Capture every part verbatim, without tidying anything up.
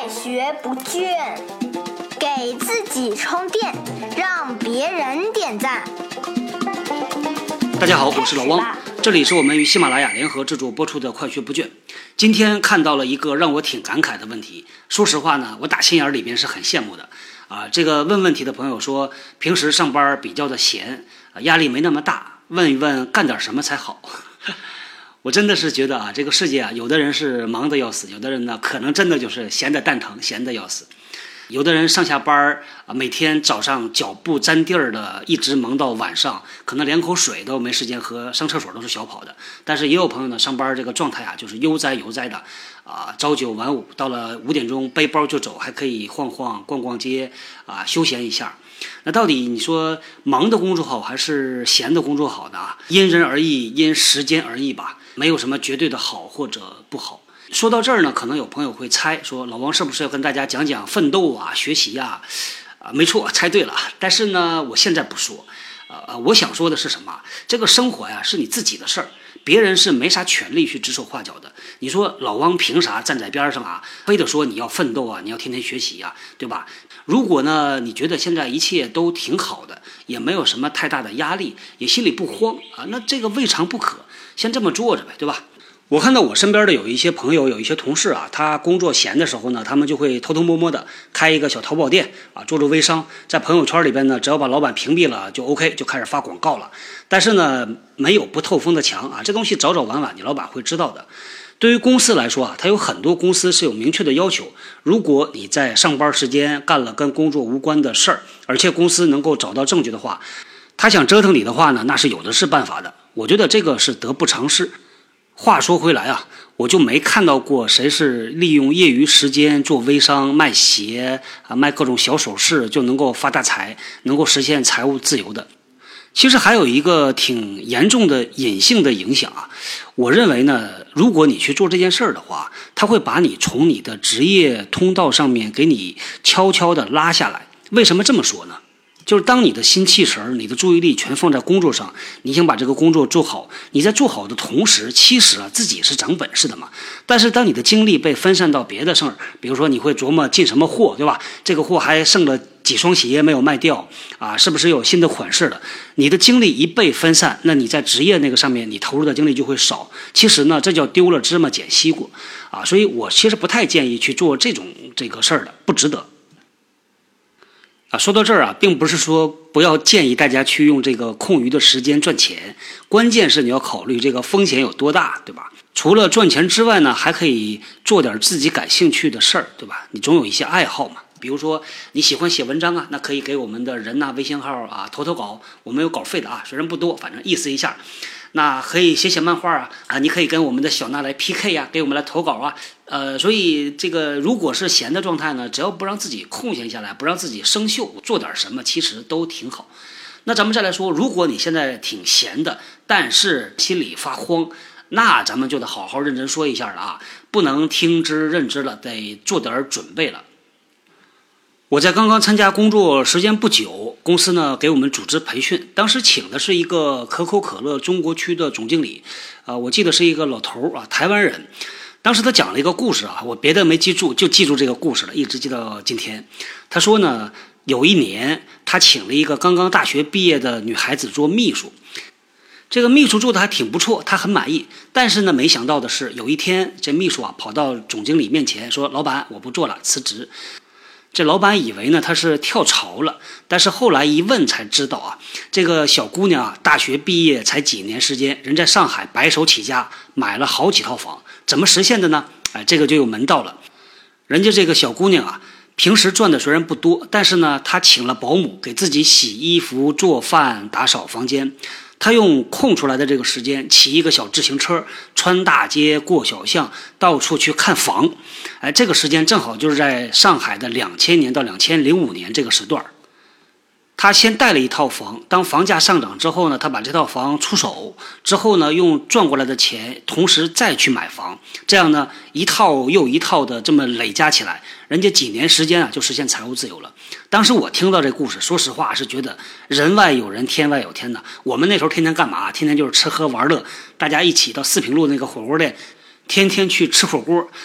爱学不倦，给自己充电，让别人点赞。 大家好，我是老汪，这里是我们与喜马拉雅联合制作播出的快学不倦。今天看到了一个让我挺感慨的问题，说实话呢，我打心眼里面是很羡慕的啊。这个问问题的朋友说，平时上班比较的闲，压力没那么大，问一问干点什么才好。我真的是觉得啊，这个世界啊，有的人是忙得要死，有的人呢可能真的就是闲得蛋疼，闲得要死。有的人上下班啊，每天早上脚不沾地儿的，一直忙到晚上，可能连口水都没时间喝，上厕所都是小跑的。但是也有朋友呢，上班这个状态啊，就是悠哉悠哉的啊，朝九晚五，到了五点钟背包就走，还可以晃晃逛逛街啊，休闲一下。那到底你说忙的工作好还是闲的工作好呢？因人而异，因时间而异吧，没有什么绝对的好或者不好。说到这儿呢，可能有朋友会猜说，老王是不是要跟大家讲讲奋斗啊、学习啊？啊，没错，猜对了。但是呢，我现在不说。呃，我想说的是什么？这个生活呀，是你自己的事儿，别人是没啥权利去指手画脚的。你说老汪凭啥站在边上啊，非得说你要奋斗啊，你要天天学习啊，对吧？如果呢，你觉得现在一切都挺好的，也没有什么太大的压力，也心里不慌啊，那这个未尝不可，先这么做着呗，对吧？我看到我身边的有一些朋友，有一些同事啊，他工作闲的时候呢，他们就会偷偷摸摸的开一个小淘宝店啊，做做微商，在朋友圈里边呢，只要把老板屏蔽了就 OK， 就开始发广告了。但是呢，没有不透风的墙啊，这东西早早晚晚你老板会知道的。对于公司来说啊，它有很多公司是有明确的要求，如果你在上班时间干了跟工作无关的事儿，而且公司能够找到证据的话，他想折腾你的话呢，那是有的是办法的。我觉得这个是得不偿失。话说回来啊，我就没看到过谁是利用业余时间做微商、卖鞋啊、卖各种小首饰就能够发大财，能够实现财务自由的。其实还有一个挺严重的隐性的影响啊，我认为呢，如果你去做这件事儿的话，它会把你从你的职业通道上面给你悄悄的拉下来。为什么这么说呢？就是当你的心气神、你的注意力全放在工作上，你想把这个工作做好，你在做好的同时，其实啊自己是长本事的嘛。但是当你的精力被分散到别的事儿，比如说你会琢磨进什么货，对吧？这个货还剩了几双鞋没有卖掉啊，是不是有新的款式了？你的精力一被分散，那你在职业那个上面你投入的精力就会少。其实呢，这叫丢了芝麻捡西瓜啊。所以我其实不太建议去做这种这个事儿的，不值得。啊，说到这儿啊，并不是说不要建议大家去用这个空余的时间赚钱，关键是你要考虑这个风险有多大，对吧？除了赚钱之外呢，还可以做点自己感兴趣的事儿，对吧？你总有一些爱好嘛，比如说你喜欢写文章啊，那可以给我们的人呐、微信号啊投投稿，我们有稿费的啊，虽然不多，反正意思一下。那可以写写漫画啊，啊，你可以跟我们的小娜来 P K 啊，给我们来投稿啊，呃，所以这个如果是闲的状态呢，只要不让自己空闲下来，不让自己生锈，做点什么其实都挺好。那咱们再来说，如果你现在挺闲的，但是心里发慌，那咱们就得好好认真说一下了啊，不能听之任之了，得做点准备了。我在刚刚参加工作时间不久，公司呢给我们组织培训，当时请的是一个可口可乐中国区的总经理，啊、呃，我记得是一个老头啊，台湾人。当时他讲了一个故事啊，我别的没记住，就记住这个故事了，一直记到今天。他说呢，有一年他请了一个刚刚大学毕业的女孩子做秘书，这个秘书做的还挺不错，他很满意。但是呢，没想到的是，有一天这秘书啊跑到总经理面前说：“老板，我不做了，辞职。”这老板以为呢他是跳槽了，但是后来一问才知道啊，这个小姑娘啊，大学毕业才几年时间，人在上海白手起家，买了好几套房，怎么实现的呢？哎，这个就有门道了。人家这个小姑娘啊，平时赚的虽然不多，但是呢，她请了保姆给自己洗衣服、做饭、打扫房间。他用空出来的这个时间骑一个小自行车，穿大街过小巷，到处去看房。哎，这个时间正好就是在上海的两千年到两千零五年这个时段。他先贷了一套房，当房价上涨之后呢，他把这套房出手，之后呢，用赚过来的钱同时再去买房，这样呢，一套又一套的这么累加起来，人家几年时间啊就实现财务自由了。当时我听到这故事，说实话是觉得人外有人，天外有天的。我们那时候天天干嘛？天天就是吃喝玩乐，大家一起到四平路那个火锅店，天天去吃火锅。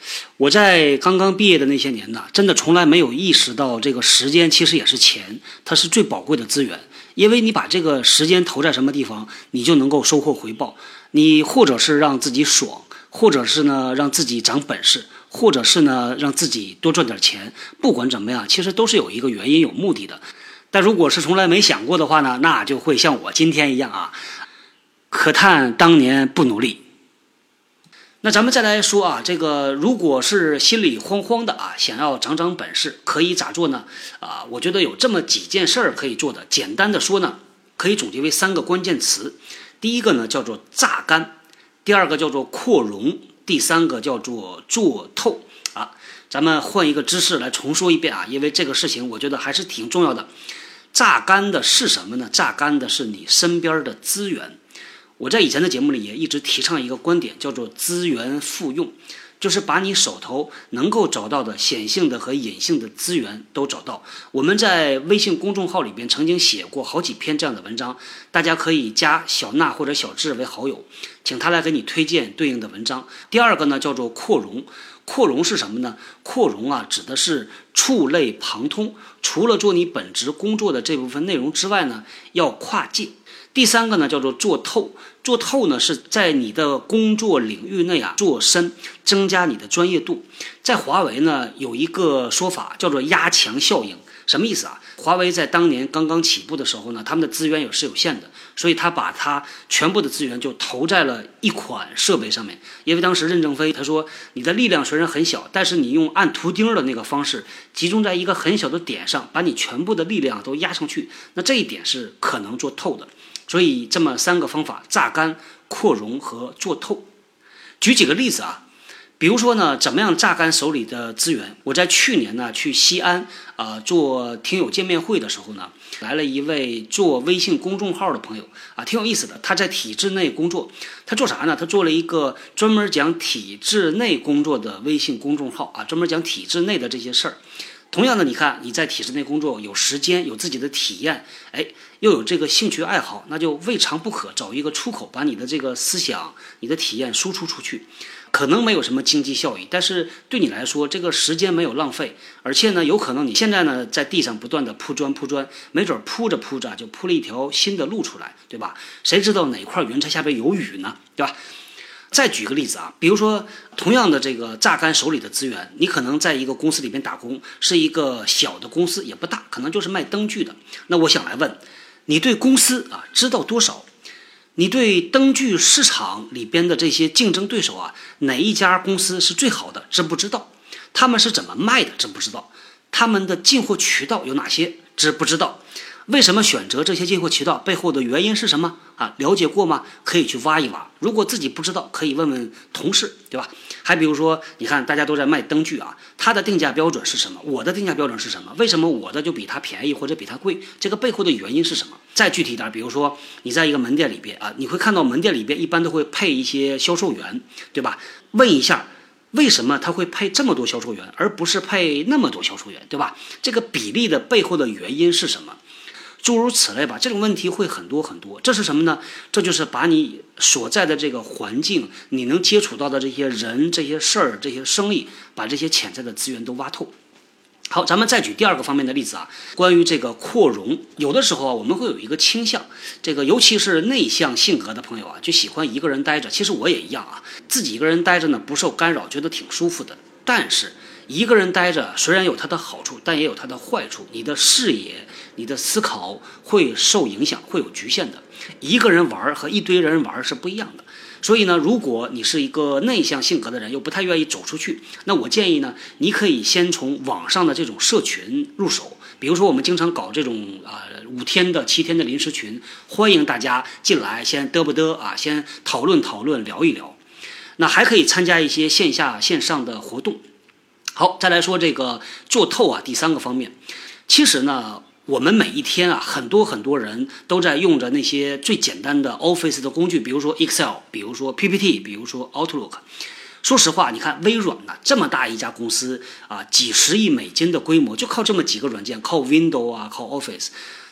我在刚刚毕业的那些年呢，真的从来没有意识到这个时间其实也是钱，它是最宝贵的资源。因为你把这个时间投在什么地方，你就能够收获回报。你或者是让自己爽，或者是呢让自己长本事，或者是呢让自己多赚点钱，不管怎么样，其实都是有一个原因有目的的。但如果是从来没想过的话呢，那就会像我今天一样啊，可叹当年不努力。那咱们再来说啊，这个如果是心里慌慌的啊，想要长长本事，可以咋做呢？啊，我觉得有这么几件事儿可以做的。简单的说呢，可以总结为三个关键词。第一个呢叫做榨干，第二个叫做扩容，第三个叫做做透啊。咱们换一个知识来重说一遍啊，因为这个事情我觉得还是挺重要的。榨干的是什么呢？榨干的是你身边的资源。我在以前的节目里也一直提倡一个观点，叫做资源复用，就是把你手头能够找到的显性的和隐性的资源都找到。我们在微信公众号里边曾经写过好几篇这样的文章，大家可以加小娜或者小智为好友，请他来给你推荐对应的文章。第二个呢叫做扩容，扩容是什么呢？扩容啊，指的是触类旁通，除了做你本职工作的这部分内容之外呢，要跨界。第三个呢叫做做透，做透呢是在你的工作领域内啊做深，增加你的专业度。在华为呢有一个说法叫做压强效应，什么意思啊？华为在当年刚刚起步的时候呢，他们的资源也是有限的，所以他把他全部的资源就投在了一款设备上面。因为当时任正非他说，你的力量虽然很小，但是你用按图钉的那个方式集中在一个很小的点上，把你全部的力量都压上去，那这一点是可能做透的。所以这么三个方法：榨干、扩容和做透。举几个例子啊，比如说呢，怎么样榨干手里的资源？我在去年呢去西安啊、呃、做听友见面会的时候呢，来了一位做微信公众号的朋友啊，挺有意思的。他在体制内工作，他做啥呢？他做了一个专门讲体制内工作的微信公众号啊，专门讲体制内的这些事儿。同样的，你看你在体制内工作，有时间，有自己的体验，哎，又有这个兴趣爱好，那就未尝不可找一个出口，把你的这个思想、你的体验输出出去。可能没有什么经济效益，但是对你来说，这个时间没有浪费，而且呢，有可能你现在呢在地上不断的铺砖铺砖，没准铺着铺着就铺了一条新的路出来，对吧？谁知道哪块云彩下边有雨呢，对吧？再举个例子啊，比如说同样的这个榨干手里的资源，你可能在一个公司里边打工，是一个小的公司，也不大，可能就是卖灯具的。那我想来问，你对公司啊知道多少？你对灯具市场里边的这些竞争对手啊，哪一家公司是最好的，知不知道？他们是怎么卖的，知不知道？他们的进货渠道有哪些，知不知道？为什么选择这些进货渠道，背后的原因是什么啊？了解过吗？可以去挖一挖。如果自己不知道，可以问问同事，对吧？还比如说，你看大家都在卖灯具啊，它的定价标准是什么？我的定价标准是什么？为什么我的就比它便宜或者比它贵？这个背后的原因是什么？再具体点，比如说你在一个门店里边啊，你会看到门店里边一般都会配一些销售员，对吧？问一下，为什么他会配这么多销售员，而不是配那么多销售员，对吧？这个比例的背后的原因是什么？诸如此类吧，这种问题会很多很多。这是什么呢？这就是把你所在的这个环境，你能接触到的这些人、这些事儿、这些生意，把这些潜在的资源都挖透。好，咱们再举第二个方面的例子啊，关于这个扩容，有的时候啊，我们会有一个倾向，这个尤其是内向性格的朋友啊，就喜欢一个人待着。其实我也一样啊，自己一个人待着呢，不受干扰，觉得挺舒服的。但是一个人待着虽然有它的好处，但也有它的坏处。你的视野、你的思考会受影响，会有局限的。一个人玩和一堆人玩是不一样的。所以呢，如果你是一个内向性格的人，又不太愿意走出去，那我建议呢，你可以先从网上的这种社群入手。比如说我们经常搞这种啊、呃、五天的、七天的临时群，欢迎大家进来，先嘚不嘚啊，先讨论讨论，聊一聊。那还可以参加一些线下线上的活动。好，再来说这个做透啊，第三个方面，其实呢，我们每一天啊，很多很多人都在用着那些最简单的 Office 的工具，比如说 Excel， 比如说 P P T， 比如说 Outlook。说实话，你看微软呢、啊，这么大一家公司啊，几十亿美金的规模，就靠这么几个软件，靠 Windows 啊，靠 Office。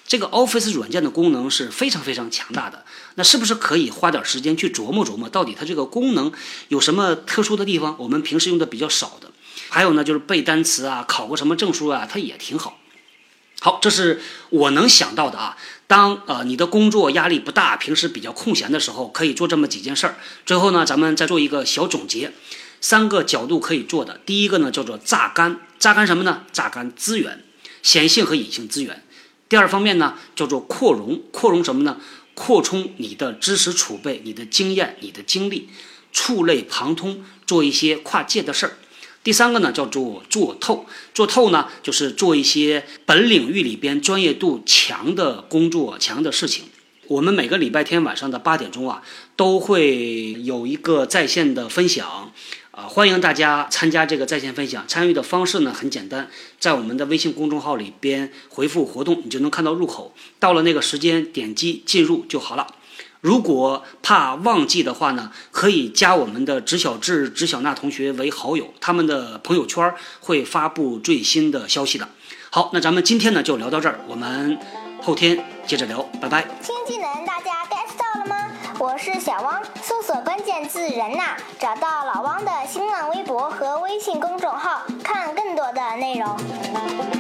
这个 Office 软件的功能是非常非常强大的，那是不是可以花点时间去琢磨琢磨，到底它这个功能有什么特殊的地方，我们平时用的比较少的。还有呢，就是背单词啊，考个什么证书啊，它也挺好。好，这是我能想到的啊。当呃你的工作压力不大，平时比较空闲的时候，可以做这么几件事儿。最后呢，咱们再做一个小总结，三个角度可以做的。第一个呢，叫做榨干，榨干什么呢？榨干资源，显性和隐性资源。第二方面呢，叫做扩容，扩容什么呢？扩充你的知识储备、你的经验、你的经历，触类旁通，做一些跨界的事儿。第三个呢，叫做做透，做透呢，就是做一些本领域里边专业度强的工作、强的事情。我们每个礼拜天晚上的八点钟啊，都会有一个在线的分享，啊、呃，欢迎大家参加这个在线分享。参与的方式呢很简单，在我们的微信公众号里边回复活动，你就能看到入口。到了那个时间，点击进入就好了。如果怕忘记的话呢，可以加我们的直小智、直小娜同学为好友，他们的朋友圈会发布最新的消息的。好，那咱们今天呢就聊到这儿，我们后天接着聊，拜拜。 新技能大家 get 到了吗？我是小汪，搜索关键字人呐，找到老汪的新浪微博和微信公众号，看更多的内容。